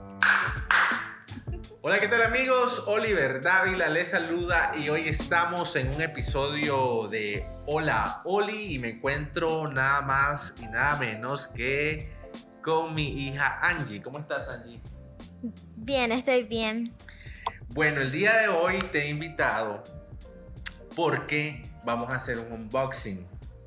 Hola, ¿qué tal amigos? Oliver Dávila les saluda y hoy estamos en un episodio de Hola Oli y me encuentro nada más y nada menos que con mi hija Angie. ¿Cómo estás, Angie? Bien, estoy bien. Bueno, el día de hoy te he invitado porque vamos a hacer un unboxing.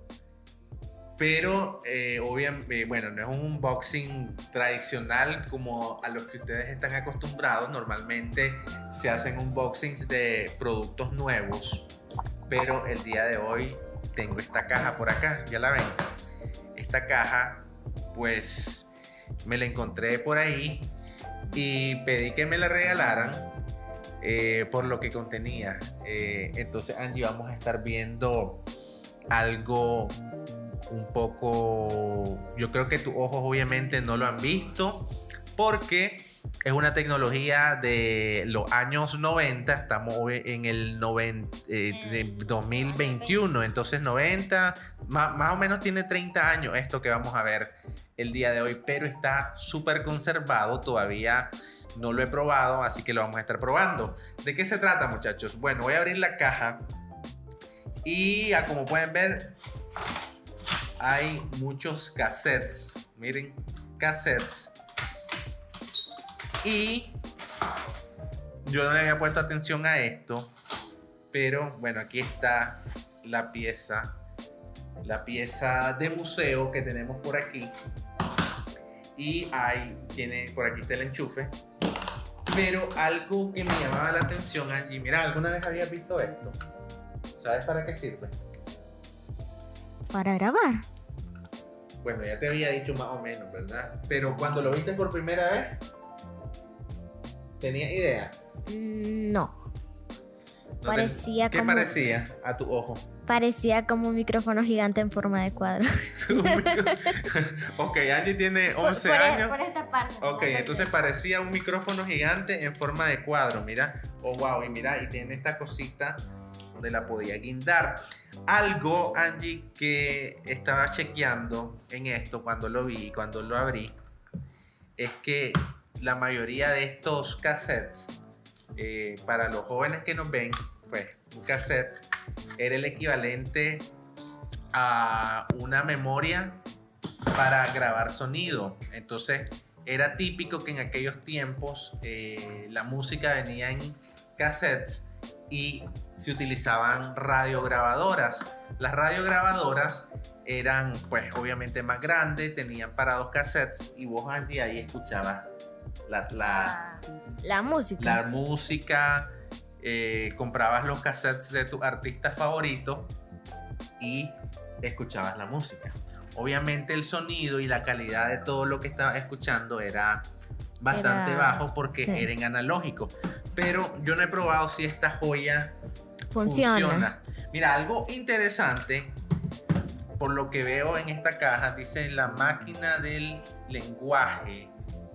Pero obviamente, bueno, no es un unboxing tradicional como a los que ustedes están acostumbrados. Normalmente se hacen unboxings de productos nuevos. Pero el día de hoy tengo esta caja por acá, ya la ven. Esta caja, pues me la encontré por ahí y pedí que me la regalaran por lo que contenía. Entonces, Angie, vamos a estar viendo algo un poco, yo creo que tus ojos obviamente no lo han visto porque es una tecnología de los años 90, estamos en el 2021, entonces 90, más o menos tiene 30 años esto que vamos a ver el día de hoy, pero está súper conservado, todavía no lo he probado, así que lo vamos a estar probando. ¿De qué se trata, muchachos? Bueno, voy a abrir la caja y como pueden ver, hay muchos cassettes, miren, cassettes, y yo no le había puesto atención a esto, pero bueno, aquí está la pieza de museo que tenemos por aquí, y por aquí está el enchufe, pero algo que me llamaba la atención, Angie, mira, ¿alguna vez habías visto esto? ¿Sabes para qué sirve? ¿Para grabar? Bueno, ya te había dicho más o menos, ¿verdad? Pero cuando lo viste por primera vez, ¿tenías idea? No. ¿Qué parecía a tu ojo? Parecía como un micrófono gigante en forma de cuadro. Ok, Angie tiene 11 años. Por esta parte. Ok, entonces parecía un micrófono gigante en forma de cuadro, mira. Oh, wow, y mira, y tiene esta cosita donde la podía guindar. Algo, Angie, que estaba chequeando en esto cuando lo vi, cuando lo abrí, es que la mayoría de estos cassettes, para los jóvenes que nos ven, pues un cassette era el equivalente a una memoria para grabar sonido. Entonces era típico que en aquellos tiempos la música venía en cassettes y se utilizaban radiograbadoras. Las radiograbadoras eran pues obviamente más grandes, tenían para 2 cassettes y vos Angie ahí escuchabas la música, comprabas los cassettes de tus artistas favoritos y escuchabas la música. Obviamente el sonido y la calidad de todo lo que estabas escuchando era bastante bajo porque era en analógico. Pero yo no he probado si esta joya funciona. Mira, algo interesante, por lo que veo en esta caja, dice la máquina del lenguaje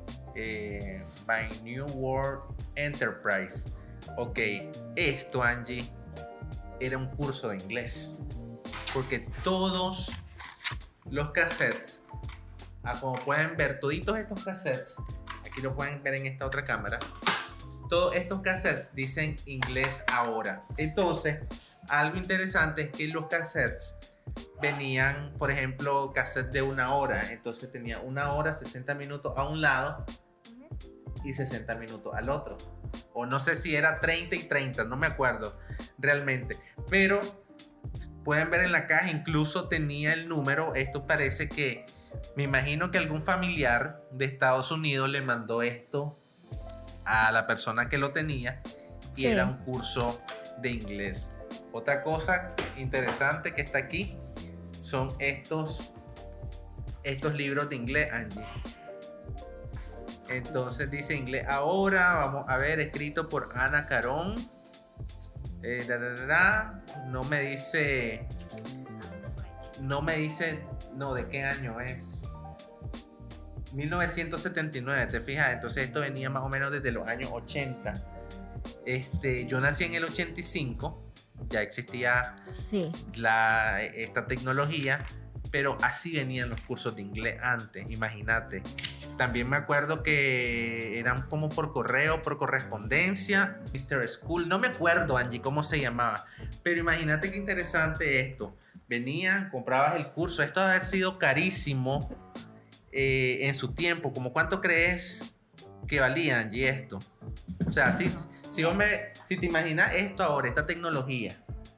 by New World Enterprise. Ok, esto, Angie, era un curso de inglés. Porque todos los cassettes, como pueden ver, toditos estos cassettes, aquí lo pueden ver en esta otra cámara, todos estos cassettes dicen inglés ahora. Entonces, algo interesante es que los cassettes venían, por ejemplo, cassette de 1 hora. Entonces tenía 1 hora, 60 minutos a un lado y 60 minutos al otro. O no sé si era 30 y 30, no me acuerdo realmente. Pero pueden ver en la caja, incluso tenía el número. Esto parece que, me imagino que algún familiar de Estados Unidos le mandó esto a la persona que lo tenía y era un curso de inglés. Otra cosa interesante que está aquí son estos libros de inglés, Angie. Entonces dice inglés ahora, vamos a ver, escrito por Ana Carón. No me dice, de qué año es. 1979, ¿te fijas? Entonces esto venía más o menos desde los años 80. Yo nací en el 85, ya existía esta tecnología, pero así venían los cursos de inglés antes, imagínate. También me acuerdo que eran como por correo, por correspondencia, Mr. School, no me acuerdo, Angie, cómo se llamaba, pero imagínate qué interesante esto. Venían, comprabas el curso, esto debe haber sido carísimo en su tiempo. ¿Cómo cuánto crees que valía, Angie, esto? O sea, si te imaginas esto ahora, esta tecnología,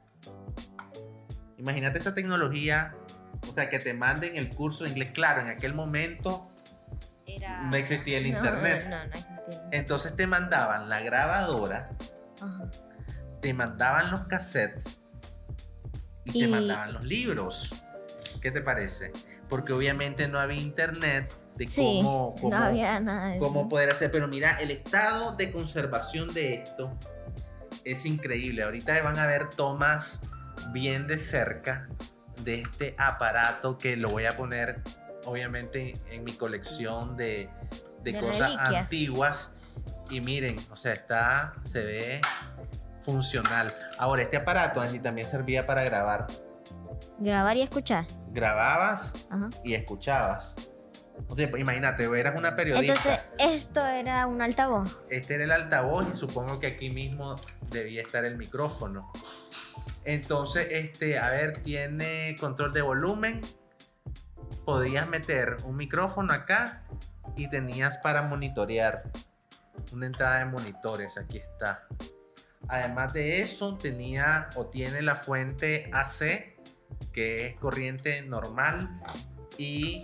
imagínate esta tecnología, o sea, que te manden el curso de inglés. Claro, en aquel momento no existía el internet. No existía. Entonces te mandaban la grabadora, Ajá. te mandaban los cassettes y te mandaban los libros. ¿Qué te parece? Porque obviamente no había internet de no había nada de cómo eso. poder hacer. Pero mira, el estado de conservación de esto es increíble. Ahorita van a ver tomas bien de cerca de este aparato, que lo voy a poner obviamente en mi colección de cosas reliquias antiguas. Y miren, o sea, se ve funcional. Ahora, este aparato, Angie, también servía para grabar. Grabar y escuchar. Grababas Ajá. y escuchabas. O sea, pues, imagínate, eras una periodista. Entonces, esto era un altavoz. Este era el altavoz y supongo que aquí mismo debía estar el micrófono. Entonces, a ver, tiene control de volumen. Podías meter un micrófono acá y tenías para monitorear. Una entrada de monitores, aquí está. Además de eso, tenía o tiene la fuente AC, que es corriente normal. Y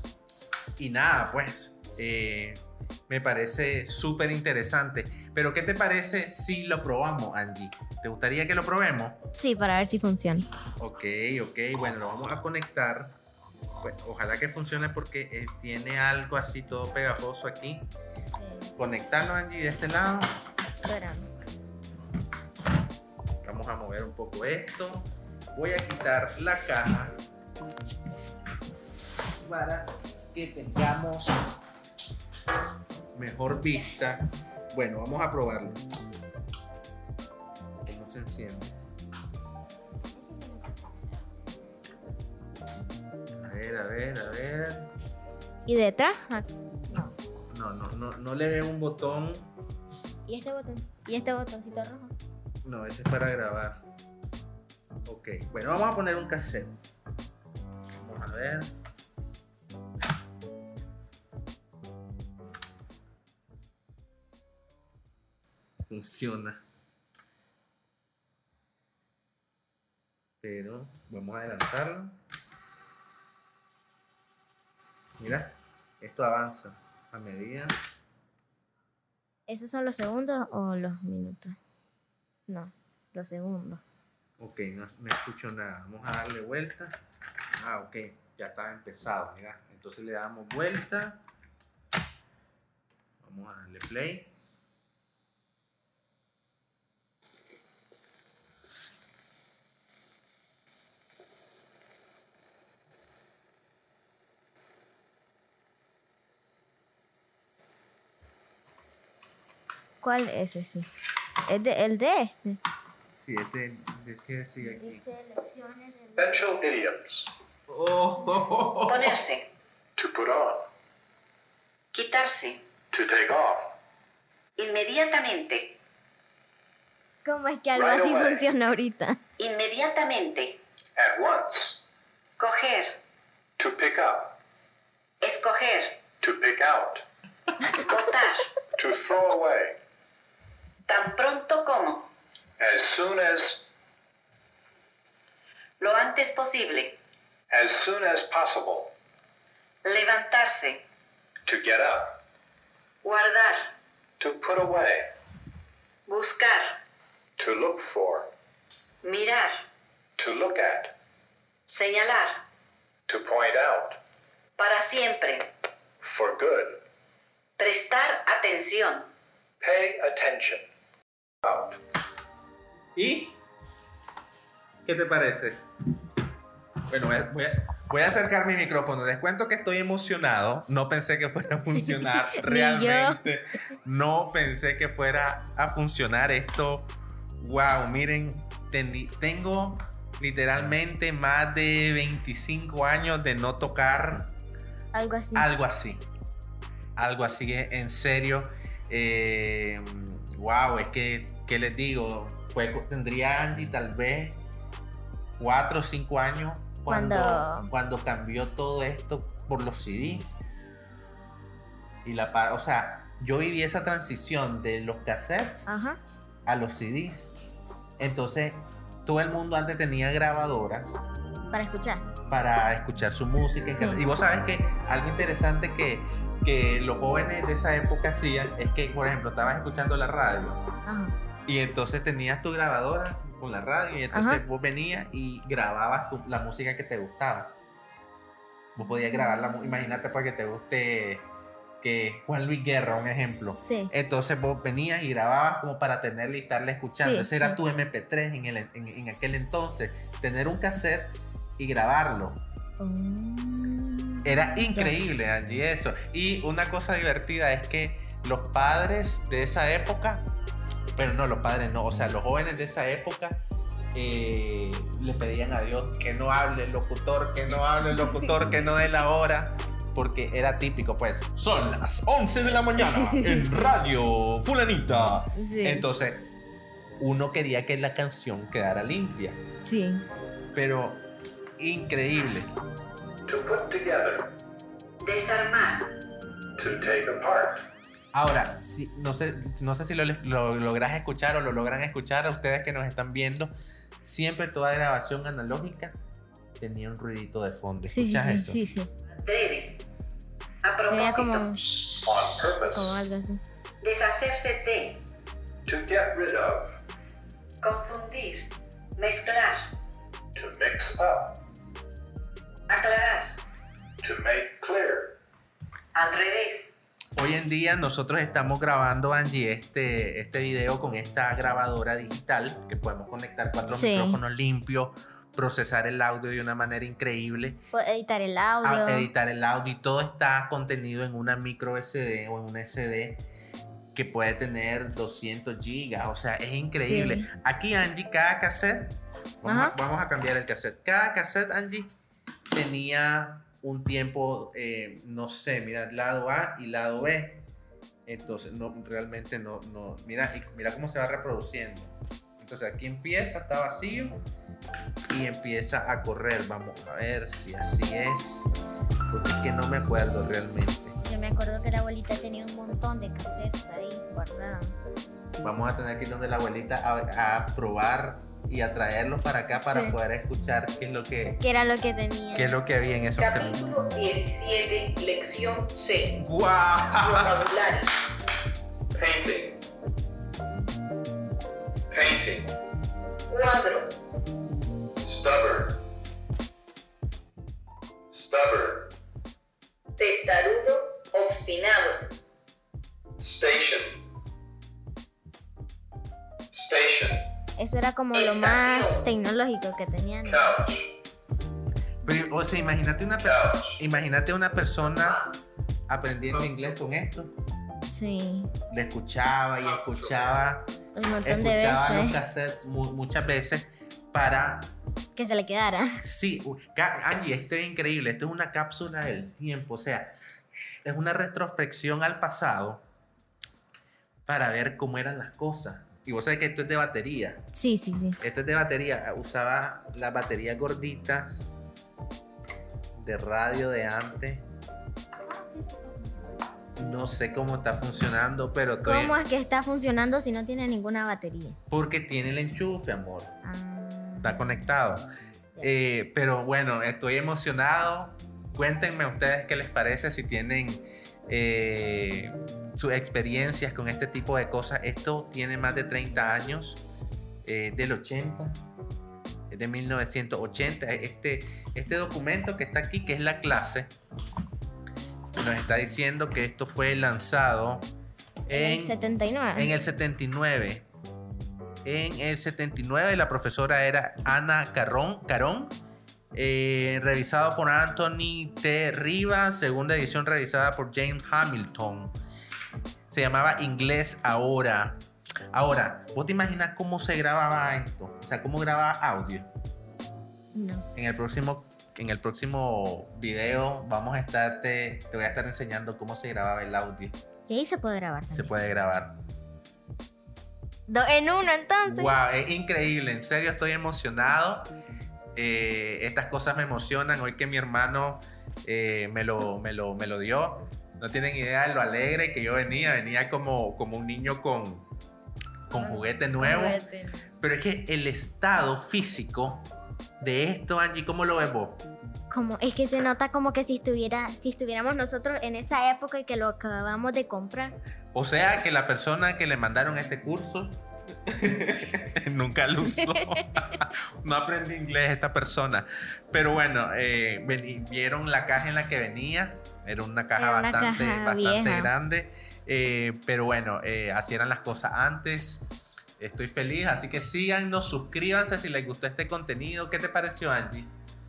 nada, pues me parece súper interesante. Pero ¿qué te parece si lo probamos, Angie? ¿Te gustaría que lo probemos? Sí, para ver si funciona. Ok, bueno, lo vamos a conectar. Pues, ojalá que funcione porque tiene algo así todo pegajoso aquí. Sí. Conectarlo, Angie, de este lado. Espera. Vamos a mover un poco esto. Voy a quitar la caja para que tengamos mejor vista. Bueno, vamos a probarlo. ¿Cómo se enciende? A ver. ¿Y detrás? No le veo un botón. ¿Y este botón? ¿Y este botoncito rojo? No, ese es para grabar. Ok, bueno, vamos a poner un cassette. Vamos a ver. Funciona. Pero vamos a adelantarlo. Mira, esto avanza a medida. ¿Esos son los segundos o los minutos? No, los segundos. Ok, no escucho nada. Vamos a darle vuelta. Ah, ok, ya está empezado. Mira, entonces le damos vuelta. Vamos a darle play. ¿Cuál es ese? ¿Es el D? Sí, ¿qué decía aquí? Dice lecciones de... Essential idioms. Oh. Ponerse, To put on. quitarse, To take off. inmediatamente, ¿Cómo es que algo Right así away. funciona ahorita? inmediatamente, At once. coger, To pick up. escoger, To pick out. botar, To throw away. tan pronto como, As soon as. lo antes posible, As soon as possible. levantarse, To get up. guardar, To put away. buscar, To look for. mirar, To look at. señalar, To point out. para siempre, For good. prestar atención, Pay attention. Out. ¿Y qué te parece? Bueno, voy a acercar mi micrófono. Les cuento que estoy emocionado. No pensé que fuera a funcionar. Realmente no pensé que fuera a funcionar esto. Wow, miren, tengo literalmente más de 25 años de no tocar Algo así. algo así, en serio. Wow, es que, ¿qué les digo? Tendría Angie tal vez 4 o 5 años cuando cambió todo esto por los CDs. O sea, yo viví esa transición de los cassettes Ajá. a los CDs. Entonces, todo el mundo antes tenía grabadoras Para escuchar. su música. Sí. Y vos sabes que algo interesante que los jóvenes de esa época hacían es que, por ejemplo, estabas escuchando la radio Ajá. y entonces tenías tu grabadora con la radio y entonces Ajá. vos venías y grababas la música que te gustaba. Vos podías grabar imagínate para que te guste que Juan Luis Guerra, un ejemplo. Sí. Entonces vos venías y grababas como para tenerla y estarla escuchando. Sí, Ese era sí. tu MP3 en aquel entonces. Tener un cassette y grabarlo. Era increíble, Angie, eso. Y una cosa divertida es que los padres de esa época, pero no, los padres no, o sea, los jóvenes de esa época le pedían a Dios que no hable el locutor, que no dé la hora, porque era típico, pues, son las 11 de la mañana en Radio Fulanita. Sí. Entonces, uno quería que la canción quedara limpia, Sí. pero increíble. To put together. Desarmar. To take apart. Ahora, no sé si lo logras escuchar o lo logran escuchar a ustedes que nos están viendo. Siempre toda grabación analógica tenía un ruidito de fondo. Sí, ¿Escuchas eso? sí. Adrede. A Tenía propósito. como un On purpose. como algo así. Deshacerse de. To get rid of. Confundir. Mezclar. To mix up. Aclarar. To make clear. Al revés. Hoy en día nosotros estamos grabando, Angie, este video con esta grabadora digital que podemos conectar 4 Sí. micrófonos limpios, procesar el audio de una manera increíble, Puedo editar el audio. editar el audio, y todo está contenido en una micro SD o en un SD que puede tener 200 gigas, o sea, es increíble. Sí. Aquí, Angie, cada cassette, Ajá. vamos a cambiar el cassette, cada cassette, Angie, tenía un tiempo, no sé, mira, lado A y lado B. Entonces, realmente no, mira cómo se va reproduciendo. Entonces aquí empieza, está vacío y empieza a correr. Vamos a ver si así es, porque es que no me acuerdo realmente. Yo me acuerdo que la abuelita tenía un montón de cassettes ahí guardados. Vamos a tener que ir donde la abuelita a probar y a traerlos para acá para Sí. poder escuchar qué es lo que ¿Qué era lo que tenía? había en esos cassettes. Capítulo 17, lección C. ¡Guau! Vocabulario. Painting. Painting. Cuadro. Stubborn. Stubborn. Testarudo. Obstinado. Station. Station. Eso era como lo más tecnológico que tenían. Couch. Pero, o sea, imagínate una persona aprendiendo inglés con esto. Sí. Le escuchaba y escuchaba Un montón de los veces. cassettes muchas veces para... Que se le quedara. Sí, Angie, esto es increíble, esto es una cápsula del tiempo, o sea, es una retrospección al pasado para ver cómo eran las cosas. Y vos sabés que esto es de batería. Sí. Esto es de batería. Usaba las baterías gorditas de radio de antes. No sé cómo está funcionando, pero ¿Cómo es que está funcionando si no tiene ninguna batería? porque tiene el enchufe, amor. Ah, Está conectado. Pero bueno, estoy emocionado. Cuéntenme ustedes qué les parece, si tienen sus experiencias con este tipo de cosas. Esto tiene más de 30 años, del 80, es de 1980. Este documento que está aquí, que es la clase, nos está diciendo que esto fue lanzado en el 79. en el 79. En el 79 la profesora era Ana Carón, revisado por Anthony T. Rivas, segunda edición revisada por James Hamilton. Se llamaba Inglés Ahora. Ahora, ¿vos te imaginas cómo se grababa esto? O sea, ¿cómo grababa audio? No. En el próximo video te voy a estar enseñando cómo se grababa el audio. Y ahí se puede grabar Se también. puede grabar. Dos en uno, entonces. Wow, es increíble, en serio estoy emocionado. Estas cosas me emocionan. Hoy que mi hermano me lo dio, no tienen idea de lo alegre que yo venía como un niño con juguete nuevo. Pero es que el estado físico de esto, Angie, ¿cómo lo ves vos? Como, es que se nota como que si estuviéramos nosotros en esa época y que lo acabamos de comprar. O sea, que la persona que le mandaron este curso nunca lo usó. No aprendió inglés esta persona. Pero bueno, vieron la caja en la que venía. Era una caja Era una bastante caja vieja. grande. Pero bueno, así eran las cosas antes. Estoy feliz, así que síganos, suscríbanse si les gustó este contenido. ¿Qué te pareció, Angie?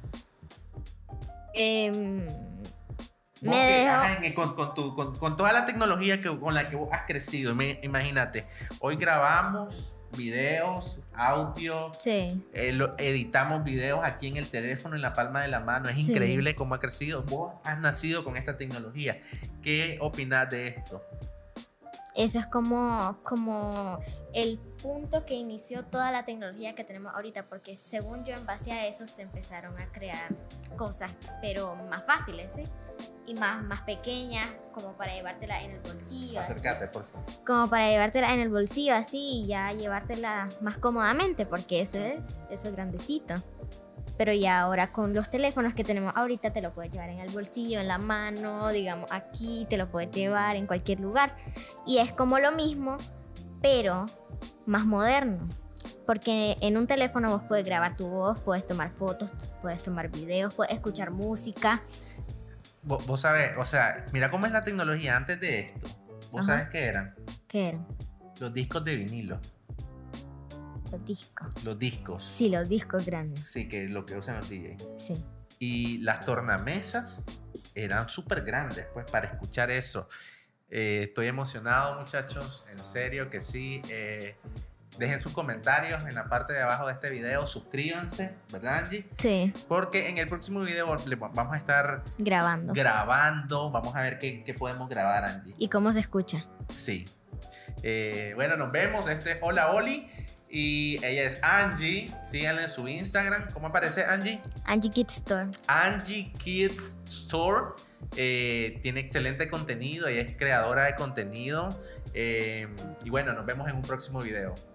Vos Me que, dejó. con toda la tecnología con la que vos has crecido, imagínate, hoy grabamos videos, audio, Sí. editamos videos aquí en el teléfono, en la palma de la mano. Es Sí. increíble cómo ha crecido. Vos has nacido con esta tecnología. ¿Qué opinás de esto? Eso es como el punto que inició toda la tecnología que tenemos ahorita, porque según yo, en base a eso se empezaron a crear cosas, pero más fáciles, ¿sí? Y más pequeñas, como para llevártela en el bolsillo. así. Acércate, por favor. Como para llevártela en el bolsillo así y ya llevártela más cómodamente, porque eso es grandecito. Pero ya ahora con los teléfonos que tenemos ahorita te lo puedes llevar en el bolsillo, en la mano, digamos aquí, te lo puedes llevar en cualquier lugar. Y es como lo mismo, pero más moderno. Porque en un teléfono vos puedes grabar tu voz, puedes tomar fotos, puedes tomar videos, puedes escuchar música. Vos sabés, o sea, mira cómo es la tecnología antes de esto. ¿Vos Ajá. sabés qué eran? ¿Qué eran? Los discos de vinilo. Los discos. Los discos. Sí, los discos grandes. Sí, que lo que usan los DJs. Sí. Y las tornamesas eran súper grandes, pues, para escuchar eso. Estoy emocionado, muchachos. En serio que sí. Dejen sus comentarios en la parte de abajo de este video. Suscríbanse, ¿verdad, Angie? Sí, Porque en el próximo video vamos a estar grabando. grabando. Vamos a ver qué podemos grabar, Angie. ¿Y cómo se escucha? Sí. Bueno, nos vemos. Este es Hola Oli. Y ella es Angie. Síganle en su Instagram. ¿Cómo aparece Angie? Angie Kids Store. Angie Kids Store. Tiene excelente contenido. Ella es creadora de contenido. Y bueno, nos vemos en un próximo video.